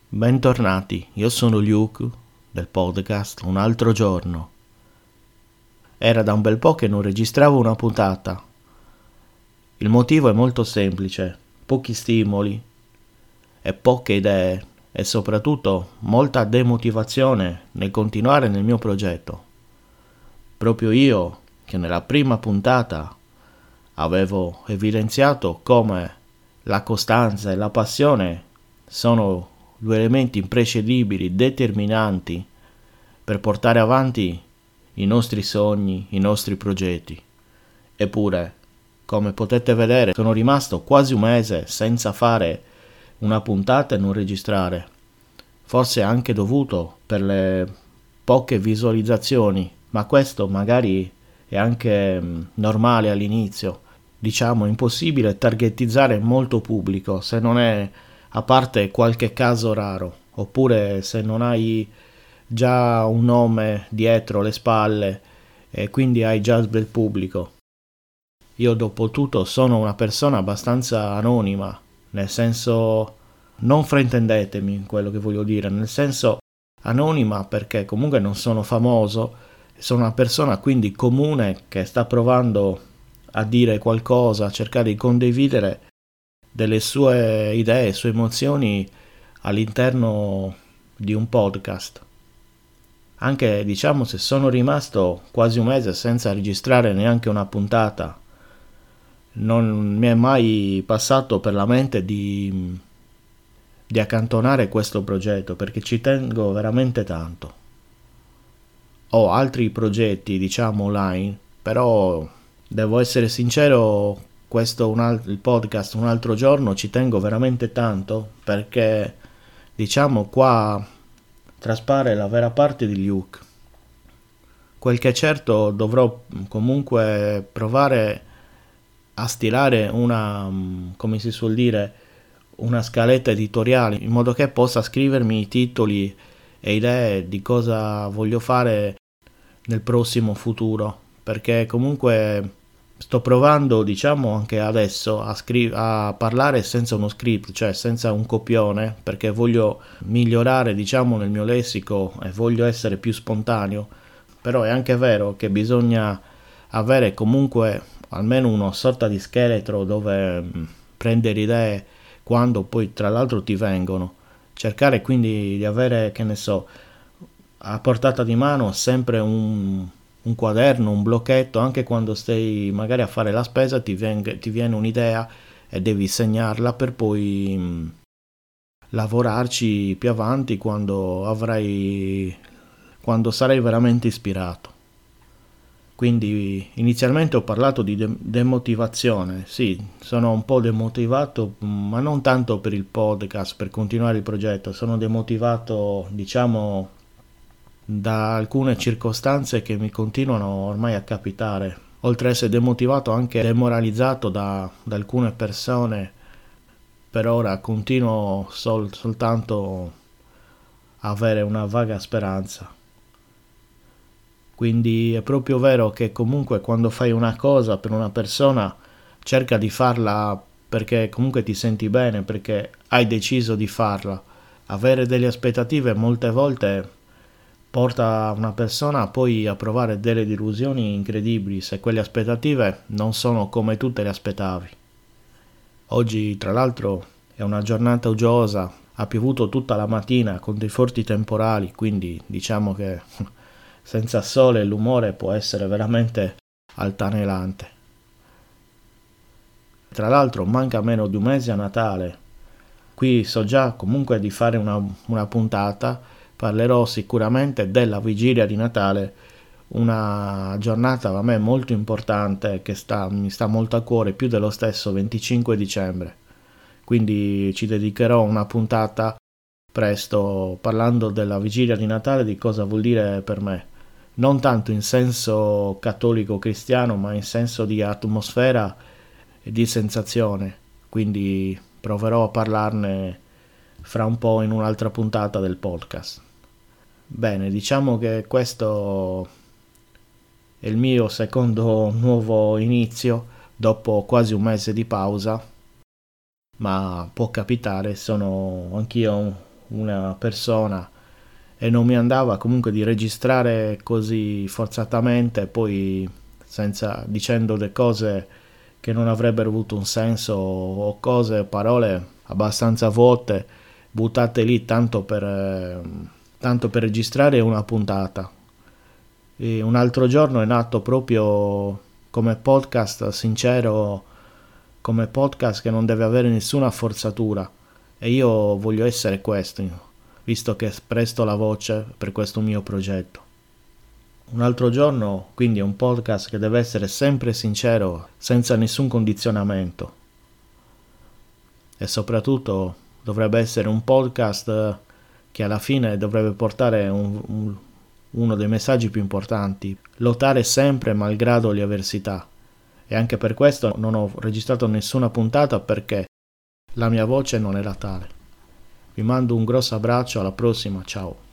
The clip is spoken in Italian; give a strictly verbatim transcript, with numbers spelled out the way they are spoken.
Bentornati, io sono Luke del podcast Un altro giorno. Era da un bel po' che non registravo una puntata. Il motivo è molto semplice: pochi stimoli e poche idee e soprattutto molta demotivazione nel continuare nel mio progetto. Proprio io, che nella prima puntata avevo evidenziato come la costanza e la passione sono due elementi imprescindibili, determinanti per portare avanti i nostri sogni, i nostri progetti. Eppure, come potete vedere, sono rimasto quasi un mese senza fare una puntata e non registrare. Forse anche dovuto per le poche visualizzazioni, ma questo magari è anche mh, normale all'inizio. Diciamo, è impossibile targetizzare molto pubblico se non è, a parte qualche caso raro, oppure se non hai già un nome dietro le spalle e quindi hai già del pubblico. Io dopo tutto sono una persona abbastanza anonima, nel senso, non fraintendetemi quello che voglio dire, nel senso anonima perché comunque non sono famoso, sono una persona quindi comune che sta provando a dire qualcosa, a cercare di condividere delle sue idee, sue emozioni all'interno di un podcast. Anche, diciamo, se sono rimasto quasi un mese senza registrare neanche una puntata, non mi è mai passato per la mente di, di accantonare questo progetto, perché ci tengo veramente tanto. Ho altri progetti, diciamo, online, però devo essere sincero, questo un al- il podcast Un altro giorno ci tengo veramente tanto, perché diciamo qua traspare la vera parte di Luke. Quel che è certo, dovrò comunque provare a stilare una, come si suol dire, una scaletta editoriale, in modo che possa scrivermi i titoli e idee di cosa voglio fare nel prossimo futuro, perché comunque sto provando, diciamo, anche adesso a, scri- a parlare senza uno script, cioè senza un copione, perché voglio migliorare, diciamo, nel mio lessico e voglio essere più spontaneo. Però è anche vero che bisogna avere comunque almeno una sorta di scheletro dove mh, prendere idee quando poi tra l'altro ti vengono. Cercare quindi di avere, che ne so, a portata di mano sempre un, un quaderno, un blocchetto, anche quando stai magari a fare la spesa ti, veng- ti viene un'idea e devi segnarla per poi mh, lavorarci più avanti quando avrai quando sarai veramente ispirato. Quindi inizialmente ho parlato di de- demotivazione, sì, sono un po' demotivato, ma non tanto per il podcast, per continuare il progetto, sono demotivato, diciamo, da alcune circostanze che mi continuano ormai a capitare, oltre ad essere demotivato anche demoralizzato da, da alcune persone. Per ora continuo sol- soltanto a avere una vaga speranza. Quindi è proprio vero che comunque quando fai una cosa per una persona cerca di farla perché comunque ti senti bene, perché hai deciso di farla. Avere delle aspettative molte volte porta una persona poi a provare delle delusioni incredibili se quelle aspettative non sono come tu te le aspettavi. Oggi tra l'altro è una giornata uggiosa, ha piovuto tutta la mattina con dei forti temporali, quindi diciamo che senza sole l'umore può essere veramente altalenante. Tra l'altro manca meno di un mese a Natale. Qui so già comunque di fare una, una puntata, parlerò sicuramente della vigilia di Natale, una giornata a me molto importante che sta, mi sta molto a cuore, più dello stesso venticinque dicembre. Quindi ci dedicherò una puntata presto parlando della vigilia di Natale, di cosa vuol dire per me. Non tanto in senso cattolico-cristiano, ma in senso di atmosfera e di sensazione. Quindi proverò a parlarne fra un po' in un'altra puntata del podcast. Bene, diciamo che questo è il mio secondo nuovo inizio dopo quasi un mese di pausa, ma può capitare, sono anch'io una persona e non mi andava comunque di registrare così forzatamente, poi senza dicendo le cose che non avrebbero avuto un senso o cose, parole abbastanza vuote, buttate lì tanto per, eh, tanto per registrare una puntata. E un altro giorno è nato proprio come podcast sincero, come podcast che non deve avere nessuna forzatura, e io voglio essere questo, visto che presto la voce per questo mio progetto. Un altro giorno, quindi, è un podcast che deve essere sempre sincero, senza nessun condizionamento. E soprattutto dovrebbe essere un podcast che alla fine dovrebbe portare un, un, uno dei messaggi più importanti: lottare sempre malgrado le avversità. E anche per questo non ho registrato nessuna puntata, perché la mia voce non era tale. Vi mando un grosso abbraccio, alla prossima, ciao.